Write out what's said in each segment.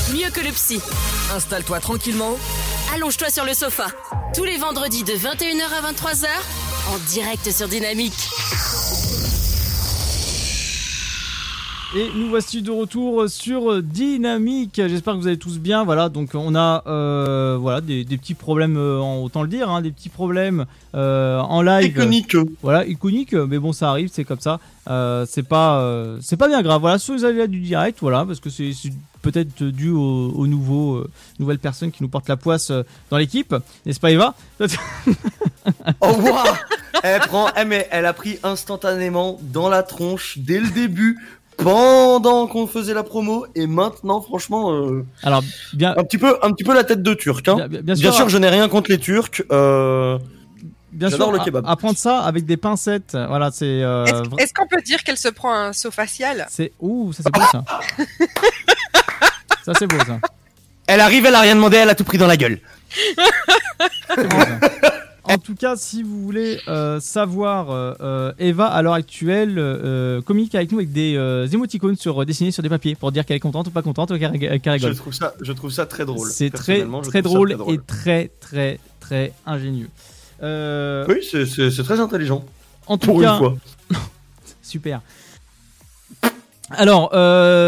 mieux que le psy. Installe-toi tranquillement, allonge-toi sur le sofa. Tous les vendredis de 21h à 23h, en direct sur Dynamique. Et nous voici de retour sur Dynamique. J'espère que vous allez tous bien. Voilà, donc on a des petits problèmes, autant le dire, des petits problèmes en live. Iconique. Voilà, iconique, mais bon, ça arrive, c'est comme ça. C'est pas bien grave. Voilà, sur les aléas du direct, voilà, parce que c'est peut-être dû aux nouvelles personnes qui nous portent la poisse dans l'équipe, n'est-ce pas, Eva? Oh waouh. Mais elle a pris instantanément dans la tronche dès le début. Pendant qu'on faisait la promo et maintenant franchement alors bien un petit peu la tête de turc hein. Bien sûr je n'ai rien contre les Turcs bien j'adore sûr le kebab. À prendre ça avec des pincettes, voilà, c'est est-ce qu'on peut dire qu'elle se prend un saut facial? C'est ça c'est beau ça. Ça c'est beau ça. Elle arrive, elle a rien demandé, elle a tout pris dans la gueule. C'est bon, ça. En tout cas, si vous voulez savoir, Eva, à l'heure actuelle, communique avec nous avec des émoticônes dessinés sur des papiers pour dire qu'elle est contente ou pas contente ou qu'elle rigole. Je trouve ça très drôle. C'est très drôle et très, très, très ingénieux. Oui, c'est très intelligent. En tout pour cas, une fois. Super. Alors,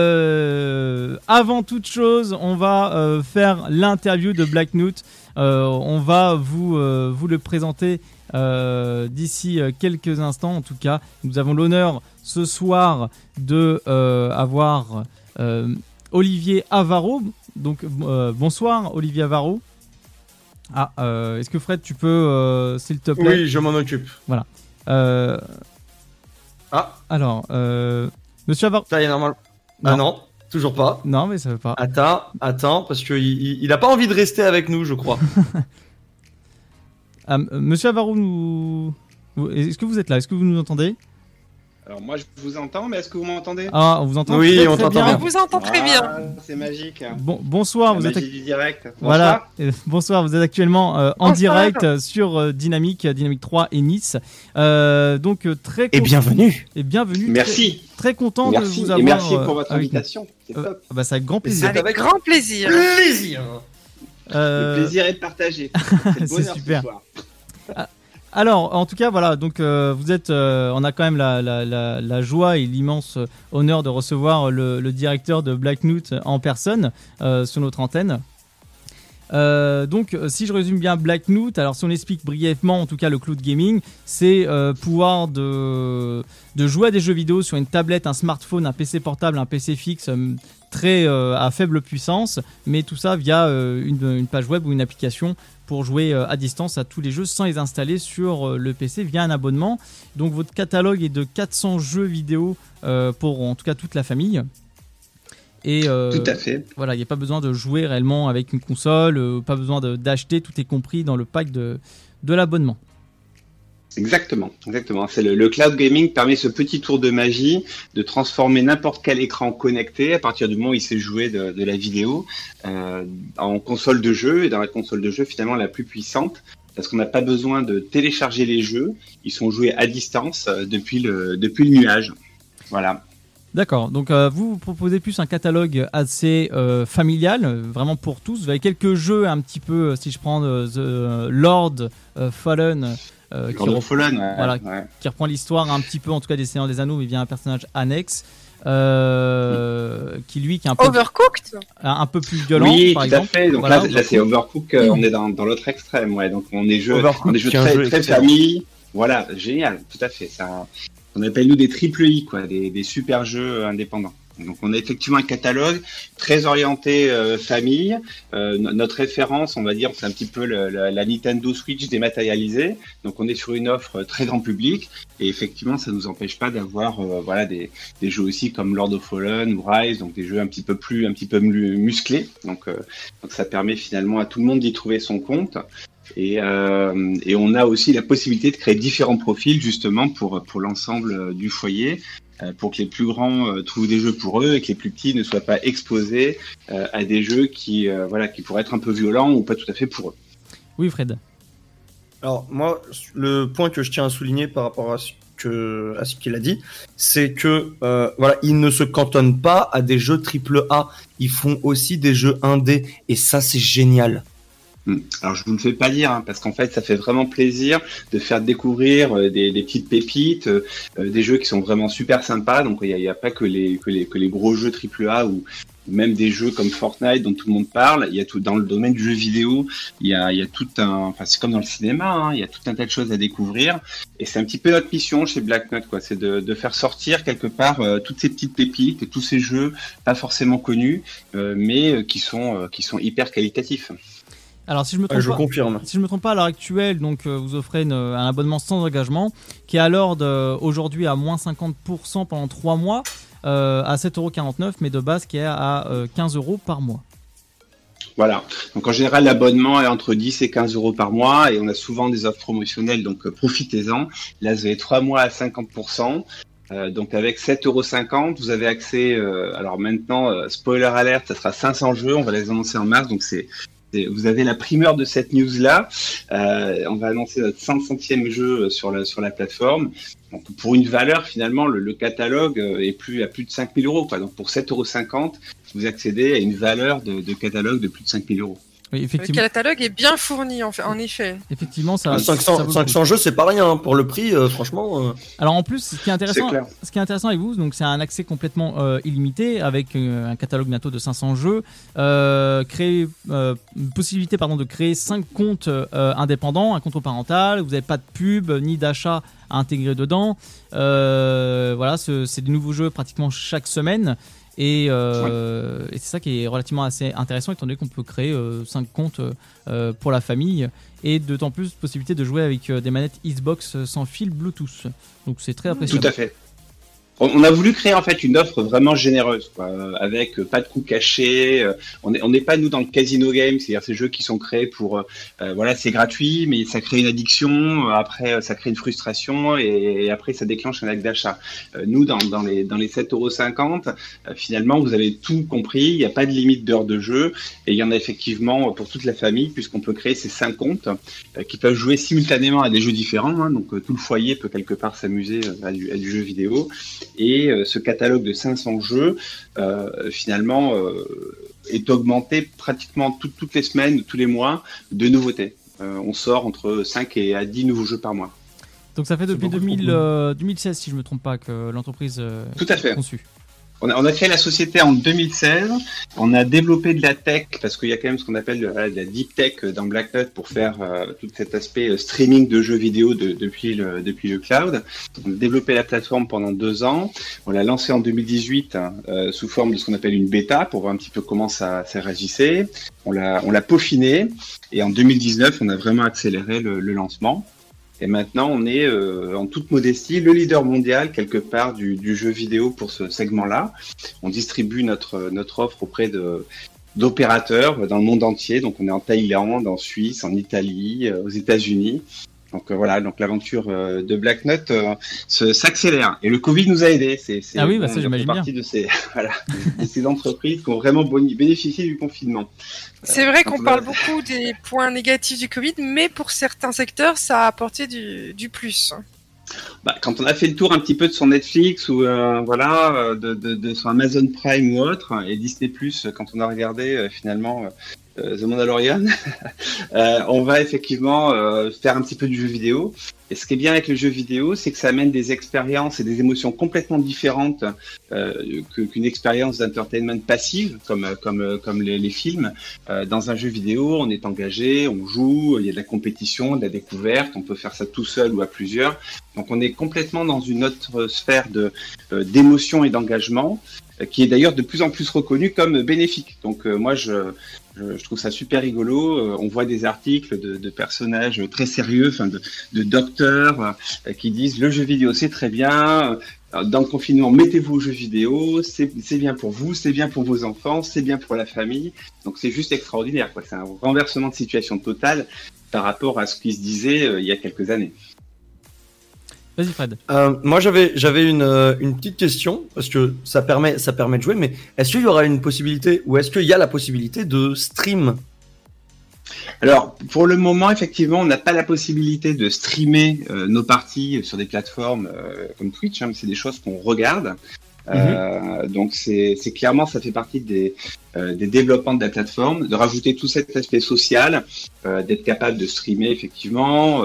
avant toute chose, on va faire l'interview de Black Note. On va vous le présenter d'ici quelques instants. En tout cas, nous avons l'honneur ce soir de avoir Olivier Avaro. Donc, bonsoir Olivier Avaro. Est-ce que Fred, tu peux, s'il te plaît? Oui, je m'en occupe. Voilà. Alors, Monsieur Avaro. Ça y est, normal. Ah non, toujours pas. Non, mais ça veut pas. Attends, parce que il a pas envie de rester avec nous, je crois. Monsieur Avaro, est-ce que vous êtes là? Est-ce que vous nous entendez? Alors moi je vous entends, mais est-ce que vous m'entendez? Ah, on vous entend. Oui, très, on très t'entend bien. bien. On vous entend très bien. C'est magique. Bonsoir, La vous êtes magie du direct. voilà. Bonsoir, vous êtes actuellement en Bonsoir. direct sur Dynamique 3 et Nice. Donc très Et bienvenue. Et bienvenue. Merci. Très content Merci. de vous avoir. Et merci pour votre avec nous. invitation. C'est top. Bah, c'est avec grand plaisir. Avec grand plaisir. Plaisir. Le plaisir est de partager. C'est le c'est bonheur super. ce soir. Alors, en tout cas, voilà. Donc, vous êtes. On a quand même la joie et l'immense honneur de recevoir le directeur de Black Note en personne sur notre antenne. Donc, si je résume bien Black Note, alors si on explique brièvement, en tout cas, le cloud gaming, c'est pouvoir de jouer à des jeux vidéo sur une tablette, un smartphone, un PC portable, un PC fixe. Très à faible puissance, mais tout ça via une page web ou une application pour jouer à distance à tous les jeux sans les installer sur le PC via un abonnement. Donc votre catalogue est de 400 jeux vidéo pour en tout cas toute la famille. Et Tout à fait. voilà, il n'y a pas besoin de jouer réellement avec une console, pas besoin d'acheter, tout est compris dans le pack de l'abonnement. Exactement. C'est le cloud gaming permet ce petit tour de magie de transformer n'importe quel écran connecté à partir du moment où il sait jouer de la vidéo en console de jeu, et dans la console de jeu finalement la plus puissante parce qu'on n'a pas besoin de télécharger les jeux, ils sont joués à distance depuis le nuage. Voilà. D'accord, donc vous proposez plus un catalogue assez familial, vraiment pour tous. Vous avez quelques jeux un petit peu, si je prends The Lord Fallen, qui reprend l'histoire un petit peu, en tout cas des Seigneurs des Anneaux, mais via un personnage annexe, qui est un peu Overcooked, un peu plus violent, oui, par tout exemple. à fait. Donc voilà, là c'est Overcooked, on est dans l'autre extrême, ouais. Donc on est jeux très famille. Voilà, génial, tout à fait. Ça, on appelle nous des triple I, quoi, des super jeux indépendants. Donc on a effectivement un catalogue très orienté famille. Notre référence, on va dire, c'est un petit peu la Nintendo Switch dématérialisée. Donc on est sur une offre très grand public et effectivement ça nous empêche pas d'avoir des jeux aussi comme Lord of Fallen ou Rise, donc des jeux un petit peu plus musclés. Donc ça permet finalement à tout le monde d'y trouver son compte. Et on a aussi la possibilité de créer différents profils justement pour l'ensemble du foyer. Pour que les plus grands trouvent des jeux pour eux et que les plus petits ne soient pas exposés à des jeux qui pourraient être un peu violents ou pas tout à fait pour eux. Oui, Fred. Alors moi, le point que je tiens à souligner par rapport à ce ce qu'il a dit, c'est que voilà, ils ne se cantonnent pas à des jeux AAA, ils font aussi des jeux indés, et ça c'est génial. Alors je vous le fais pas dire, hein, parce qu'en fait ça fait vraiment plaisir de faire découvrir des petites pépites, des jeux qui sont vraiment super sympas. Donc il y a pas que les gros jeux AAA ou même des jeux comme Fortnite dont tout le monde parle. Il y a tout dans le domaine du jeu vidéo, il y a tout enfin c'est comme dans le cinéma, hein, il y a tout un tas de choses à découvrir. Et c'est un petit peu notre mission chez Black Knot, quoi, c'est de faire sortir quelque part toutes ces petites pépites, tous ces jeux pas forcément connus, mais qui sont hyper qualitatifs. Alors si je me trompe pas, confirme. Si je me trompe pas, à l'heure actuelle, donc vous offrez un abonnement sans engagement qui est à l'ordre aujourd'hui à moins 50% pendant 3 mois à 7,49€, mais de base qui est à 15€ par mois. Voilà. Donc en général, l'abonnement est entre 10 et 15€ par mois et on a souvent des offres promotionnelles, donc profitez-en. Là, vous avez 3 mois à 50%. Donc avec 7,50€, vous avez accès. Alors maintenant, spoiler alert, ça sera 500 jeux. On va les annoncer en mars, donc vous avez la primeur de cette news-là. On va annoncer notre 500e jeu sur la plateforme. Donc pour une valeur, finalement, le catalogue est à plus de 5 000 €, quoi. Donc pour 7,50€, vous accédez à une valeur de catalogue de plus de 5 000 €. Oui, effectivement. Le catalogue est bien fourni, en effet. Effectivement, ça. 500 jeux, c'est pas rien pour le prix, franchement. Alors en plus, ce qui est intéressant avec vous, donc c'est un accès complètement illimité avec un catalogue bientôt de 500 jeux, possibilité de créer 5 comptes indépendants, un compte parental. Vous n'avez pas de pub ni d'achat à intégrer dedans. Voilà, c'est des nouveaux jeux pratiquement chaque semaine. Et c'est ça qui est relativement assez intéressant, étant donné qu'on peut créer 5 comptes pour la famille, et d'autant plus possibilité de jouer avec des manettes Xbox sans fil Bluetooth. Donc c'est très appréciable. Tout à fait. On a voulu créer en fait une offre vraiment généreuse, quoi, avec pas de coûts cachés. On n'est pas nous dans le casino game, c'est-à-dire ces jeux qui sont créés pour voilà, c'est gratuit, mais ça crée une addiction. Après, ça crée une frustration et après ça déclenche un acte d'achat. Nous, dans les 7,50€, finalement, vous avez tout compris. Il n'y a pas de limite d'heures de jeu et il y en a effectivement pour toute la famille, puisqu'on peut créer ces 5 comptes qui peuvent jouer simultanément à des jeux différents. Hein, donc tout le foyer peut quelque part s'amuser à du jeu vidéo. Et ce catalogue de 500 jeux, finalement, est augmenté pratiquement toutes les semaines, tous les mois, de nouveautés. On sort entre 5 et à 10 nouveaux jeux par mois. Donc ça fait depuis 2016, si je ne me trompe pas, que l'entreprise Tout à fait. est conçue. On a créé la société en 2016. On a développé de la tech parce qu'il y a quand même ce qu'on appelle de la deep tech dans Black Knot pour faire tout cet aspect streaming de jeux vidéo depuis le cloud. On a développé la plateforme pendant 2 ans. On l'a lancée en 2018 sous forme de ce qu'on appelle une bêta pour voir un petit peu comment ça réagissait. On l'a peaufiné et en 2019 on a vraiment accéléré le lancement. Et maintenant, on est en toute modestie le leader mondial quelque part du jeu vidéo pour ce segment-là. On distribue notre offre auprès d'opérateurs dans le monde entier. Donc, on est en Thaïlande, en Suisse, en Italie, aux États-Unis. Donc voilà, donc l'aventure de Black Knot s'accélère. Et le Covid nous a aidés. Ça j'imagine partie bien. De ces entreprises qui ont vraiment bénéficié du confinement. C'est vrai qu'on parle beaucoup des points négatifs du Covid, mais pour certains secteurs, ça a apporté du plus. Quand on a fait le tour un petit peu de son Netflix ou de son Amazon Prime ou autre, et Disney+, quand on a regardé finalement The Mandalorian, on va effectivement faire un petit peu du jeu vidéo. Et ce qui est bien avec le jeu vidéo, c'est que ça amène des expériences et des émotions complètement différentes qu'une expérience d'entertainment passive, comme les films. Dans un jeu vidéo, on est engagé, on joue, il y a de la compétition, de la découverte, on peut faire ça tout seul ou à plusieurs. Donc on est complètement dans une autre sphère d'émotion et d'engagement, qui est d'ailleurs de plus en plus reconnue comme bénéfique. Donc moi, je trouve ça super rigolo. On voit des articles de personnages très sérieux, de docteurs qui disent le jeu vidéo c'est très bien. Dans le confinement, mettez-vous aux jeux vidéo, c'est bien pour vous, c'est bien pour vos enfants, c'est bien pour la famille. Donc c'est juste extraordinaire, quoi. C'est un renversement de situation totale par rapport à ce qui se disait il y a quelques années. Vas-y Fred. Moi j'avais une petite question parce que ça permet de jouer, mais est-ce qu'il y aura une possibilité ou est-ce qu'il y a la possibilité de stream? Alors, pour le moment, effectivement, on n'a pas la possibilité de streamer nos parties sur des plateformes comme Twitch, hein, c'est des choses qu'on regarde. Donc c'est clairement, ça fait partie des développements de la plateforme, de rajouter tout cet aspect social, d'être capable de streamer effectivement,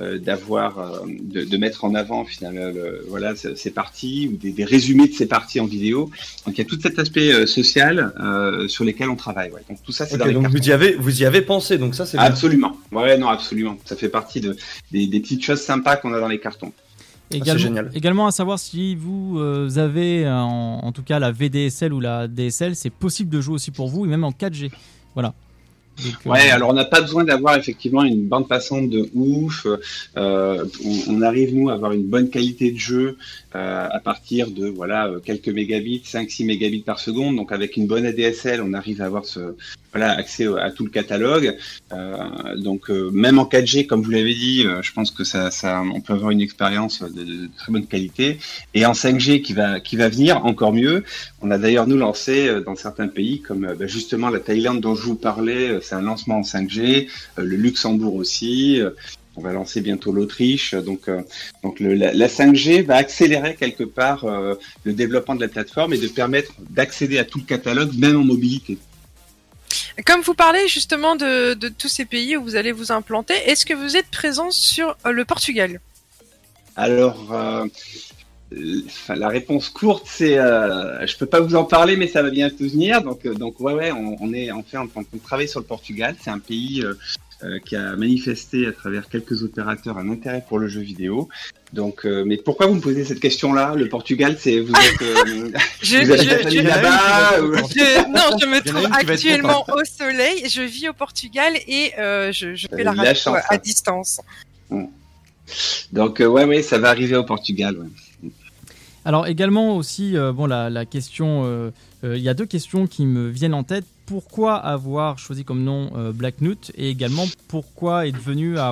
de mettre en avant finalement voilà ces parties ou des résumés de ces parties en vidéo. Donc il y a tout cet aspect social sur lesquels on travaille. Ouais. Donc tout ça c'est dans les donc cartons. vous y avez pensé, donc ça c'est Absolument. Ouais, non, absolument. Ça fait partie des petites choses sympas qu'on a dans les cartons. Également à savoir si vous avez en tout cas la VDSL ou la DSL, c'est possible de jouer aussi pour vous et même en 4G. Voilà. Donc, ouais, alors on n'a pas besoin d'avoir effectivement une bande passante de ouf. On arrive nous à avoir une bonne qualité de jeu à partir de quelques mégabits, 5-6 mégabits par seconde. Donc avec une bonne ADSL, on arrive à avoir accès à tout le catalogue. Donc même en 4G, comme vous l'avez dit, je pense que on peut avoir une expérience de très bonne qualité. Et en 5G qui va venir encore mieux. On a d'ailleurs nous lancé dans certains pays comme justement la Thaïlande dont je vous parlais. C'est un lancement en 5G, le Luxembourg aussi. On va lancer bientôt l'Autriche. Donc la 5G va accélérer quelque part le développement de la plateforme et de permettre d'accéder à tout le catalogue, même en mobilité. Comme vous parlez justement de tous ces pays où vous allez vous implanter, est-ce que vous êtes présent sur le Portugal ? Alors, la réponse courte, c'est je peux pas vous en parler, mais ça va bientôt venir. Donc ouais, on travaille sur le Portugal. C'est un pays qui a manifesté à travers quelques opérateurs un intérêt pour le jeu vidéo. Donc, mais pourquoi vous me posez cette question-là ? Le Portugal, vous êtes là-bas ou... Non, je me trouve actuellement au soleil. Je vis au Portugal et je fais la radio à distance. Donc ouais, ça va arriver au Portugal. Ouais. Alors également aussi, la question, il y a deux questions qui me viennent en tête. Pourquoi avoir choisi comme nom Blacknoot et également pourquoi être venu à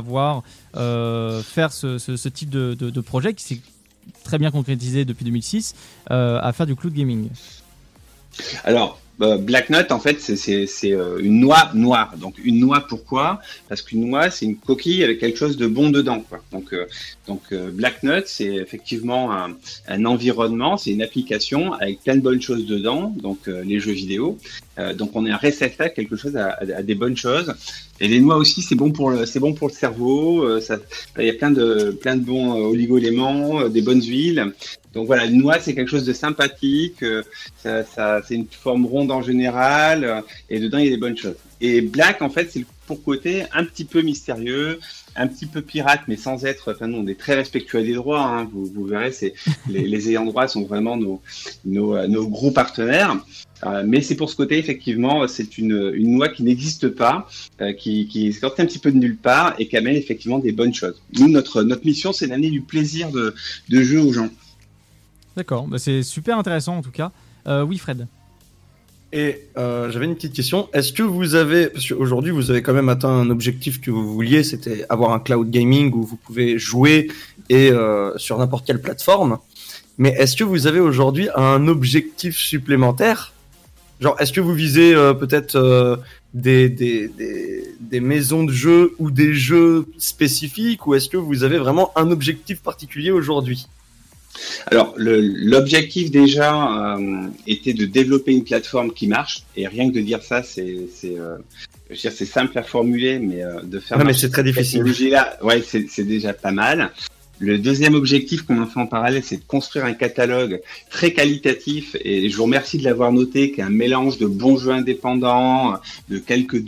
faire ce type de projet qui s'est très bien concrétisé depuis 2006 à faire du cloud gaming. Alors, Blacknoot, en fait, c'est une noix noire. Donc, une noix, pourquoi ? Parce qu'une noix, c'est une coquille avec quelque chose de bon dedans, quoi. Donc Blacknoot, c'est effectivement un environnement, c'est une application avec plein de bonnes choses dedans, donc les jeux vidéo. Donc, on est un réceptacle, quelque chose à des bonnes choses. Et les noix aussi, c'est bon pour le cerveau. Il y a plein de bons oligo-éléments, des bonnes huiles. Donc voilà, une noix, c'est quelque chose de sympathique. C'est une forme ronde en général, et dedans il y a des bonnes choses. Et Black, en fait, c'est le pour-côté un petit peu mystérieux, un petit peu pirate, mais sans être. Enfin, nous, on est très respectueux des droits. Hein. Vous verrez, les ayants droit sont vraiment nos gros partenaires. Mais c'est pour ce côté, effectivement, c'est une noix qui n'existe pas, qui est sortie un petit peu de nulle part et qui amène effectivement des bonnes choses. Nous, notre mission, c'est d'amener du plaisir de jeu aux gens. D'accord, c'est super intéressant en tout cas. Oui, Fred. Et j'avais une petite question. Est-ce que vous avez, parce qu'aujourd'hui vous avez quand même atteint un objectif que vous vouliez, c'était avoir un cloud gaming où vous pouvez jouer et sur n'importe quelle plateforme. Mais est-ce que vous avez aujourd'hui un objectif supplémentaire ? Genre, est-ce que vous visez peut-être des maisons de jeux ou des jeux spécifiques, ou est-ce que vous avez vraiment un objectif particulier aujourd'hui ? Alors, l'objectif déjà était de développer une plateforme qui marche, et rien que de dire ça, c'est simple à formuler, mais de faire. Non, mais c'est très difficile. Là, ouais, c'est déjà pas mal. Le deuxième objectif qu'on a fait en parallèle, c'est de construire un catalogue très qualitatif, et je vous remercie de l'avoir noté, qui est un mélange de bons jeux indépendants, de quelques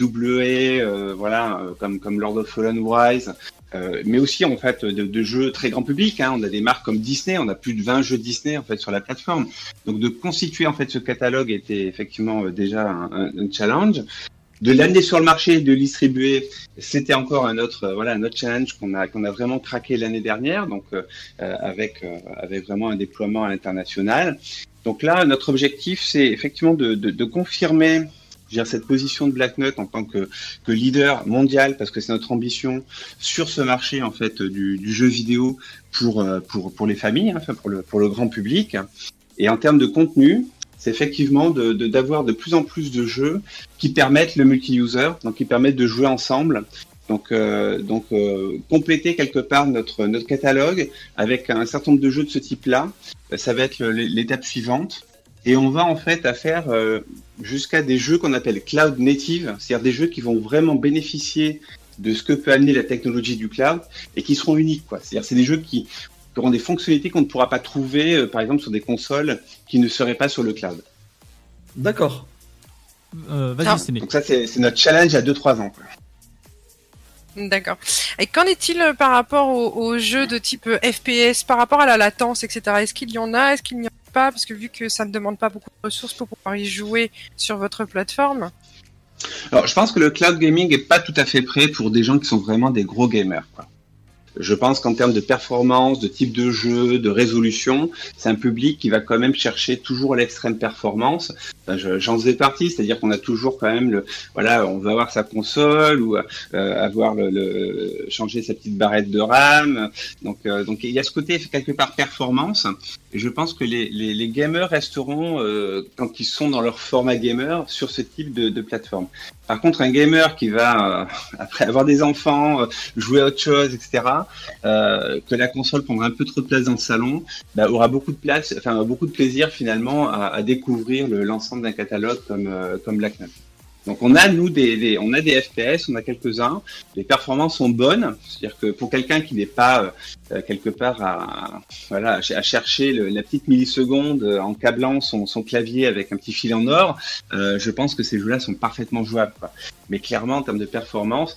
AA, comme Lord of Fallen Rise, mais aussi en fait de jeux très grand public. Hein. On a des marques comme Disney, on a plus de 20 jeux Disney en fait sur la plateforme. Donc de constituer en fait ce catalogue était effectivement déjà un challenge. De l'amener sur le marché et de le distribuer, c'était encore un autre challenge qu'on a vraiment craqué l'année dernière, donc avec vraiment un déploiement à l'international. Donc là, notre objectif, c'est effectivement de confirmer cette position de Blacknoot en tant que leader mondial, parce que c'est notre ambition sur ce marché en fait du jeu vidéo pour les familles, hein, pour le grand public. Et en termes de contenu, c'est effectivement d'avoir de plus en plus de jeux qui permettent le multi-user, donc qui permettent de jouer ensemble. Donc compléter quelque part notre catalogue avec un certain nombre de jeux de ce type-là, ça va être l'étape suivante. Et on va en fait à faire jusqu'à des jeux qu'on appelle cloud native, c'est-à-dire des jeux qui vont vraiment bénéficier de ce que peut amener la technologie du cloud et qui seront uniques, quoi. C'est-à-dire c'est des jeux qui auront des fonctionnalités qu'on ne pourra pas trouver, par exemple, sur des consoles qui ne seraient pas sur le cloud. D'accord. Vas-y, Séné. Donc ça, c'est notre challenge à 2-3 ans, quoi. D'accord. Et qu'en est-il par rapport aux jeux de type FPS, par rapport à la latence, etc. Est-ce qu'il y en a, est-ce qu'il n'y en a pas? Parce que vu que ça ne demande pas beaucoup de ressources pour pouvoir y jouer sur votre plateforme. Alors, je pense que le cloud gaming est pas tout à fait prêt pour des gens qui sont vraiment des gros gamers, quoi. Je pense qu'en termes de performance, de type de jeu, de résolution, c'est un public qui va quand même chercher toujours l'extrême performance. Enfin, j'en faisais partie, c'est-à-dire qu'on a toujours quand même on va avoir sa console ou avoir changer sa petite barrette de RAM. Donc il y a ce côté quelque part performance. Et je pense que les gamers resteront quand ils sont dans leur format gamer sur ce type de plateforme. Par contre, un gamer qui va, après avoir des enfants, jouer à autre chose, etc., que la console prendra un peu trop de place dans le salon, aura beaucoup de plaisir finalement à découvrir l'ensemble d'un catalogue comme Black Knight. Donc on a des FPS, on a quelques-uns, les performances sont bonnes, c'est-à-dire que pour quelqu'un qui n'est pas quelque part à chercher la petite milliseconde en câblant son clavier avec un petit fil en or, je pense que ces jeux-là sont parfaitement jouables, quoi. Mais clairement en termes de performance,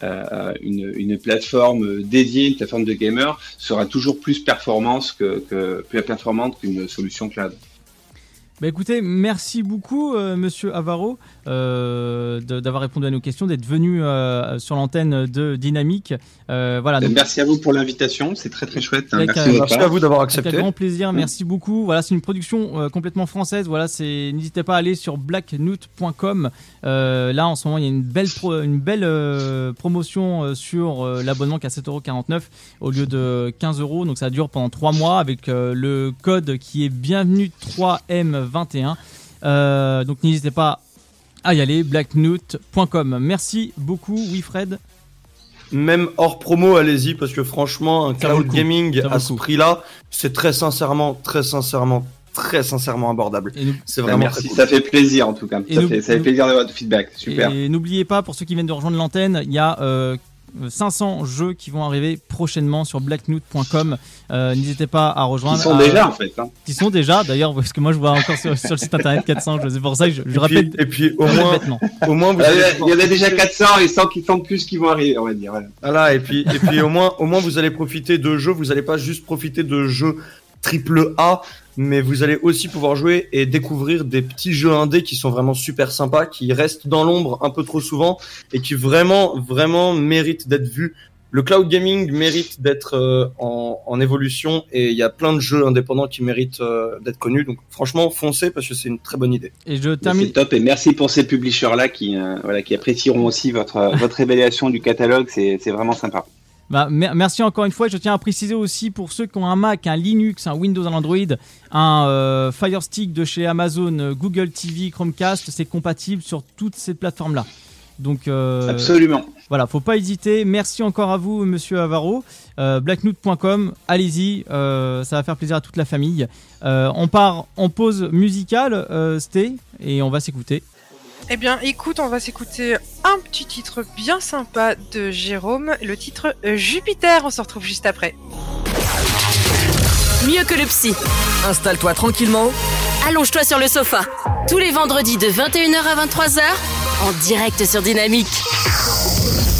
une plateforme dédiée, une plateforme de gamer sera toujours plus performante qu'une solution cloud. Écoutez, merci beaucoup Monsieur Avaro d'avoir répondu à nos questions, d'être venu sur l'antenne de Dynamique. Voilà. Donc, merci à vous pour l'invitation, c'est très très chouette. Merci à vous d'avoir accepté. Avec grand plaisir, merci beaucoup. Voilà, c'est une production complètement française. Voilà, n'hésitez pas à aller sur blacknoot.com. Là, en ce moment, il y a une belle promotion sur l'abonnement qui est à 7,49€ au lieu de 15€. Donc ça dure pendant 3 mois avec le code qui est bienvenue 3M21. Donc n'hésitez pas à y aller, blacknoot.com. Merci beaucoup, Wilfred. Même hors promo, allez-y, parce que franchement, un cloud gaming à ce prix-là, c'est très sincèrement abordable. C'est vraiment merci, ça fait plaisir en tout cas. Ça fait plaisir d'avoir votre feedback, super. Et n'oubliez pas, pour ceux qui viennent de rejoindre l'antenne, il y a 500 jeux qui vont arriver prochainement sur blacknoot.com. N'hésitez pas à rejoindre. Ils sont déjà en fait. Ils sont déjà d'ailleurs, parce que moi je vois encore sur le site internet 400. C'est pour ça que je rappelle. Et puis au moins il y en a déjà 400 et 100 qui sont plus qui vont arriver, on va dire. Voilà. Et puis au moins vous allez profiter de jeux. Vous allez pas juste profiter de jeux AAA, mais vous allez aussi pouvoir jouer et découvrir des petits jeux indés qui sont vraiment super sympas, qui restent dans l'ombre un peu trop souvent et qui vraiment méritent d'être vus. Le cloud gaming mérite d'être en évolution et il y a plein de jeux indépendants qui méritent d'être connus. Donc franchement, foncez parce que c'est une très bonne idée. Et je termine. C'est top et merci pour ces publishers-là qui apprécieront aussi votre évaluation du catalogue. C'est vraiment sympa. Merci encore une fois. Je tiens à préciser aussi pour ceux qui ont un Mac, un Linux, un Windows, un Android, un Fire Stick de chez Amazon, Google TV, Chromecast, c'est compatible sur toutes ces plateformes-là. Donc absolument. Voilà, faut pas hésiter. Merci encore à vous, Monsieur Avaro. Blacknoot.com, allez-y, ça va faire plaisir à toute la famille. On part en pause musicale, Sté, et on va s'écouter. Eh bien, écoute, on va s'écouter un petit titre bien sympa de Jérôme, le titre Jupiter. On se retrouve juste après. Mieux que le psy. Installe-toi tranquillement, allonge-toi sur le sofa. Tous les vendredis de 21h à 23h, en direct sur Dynamique.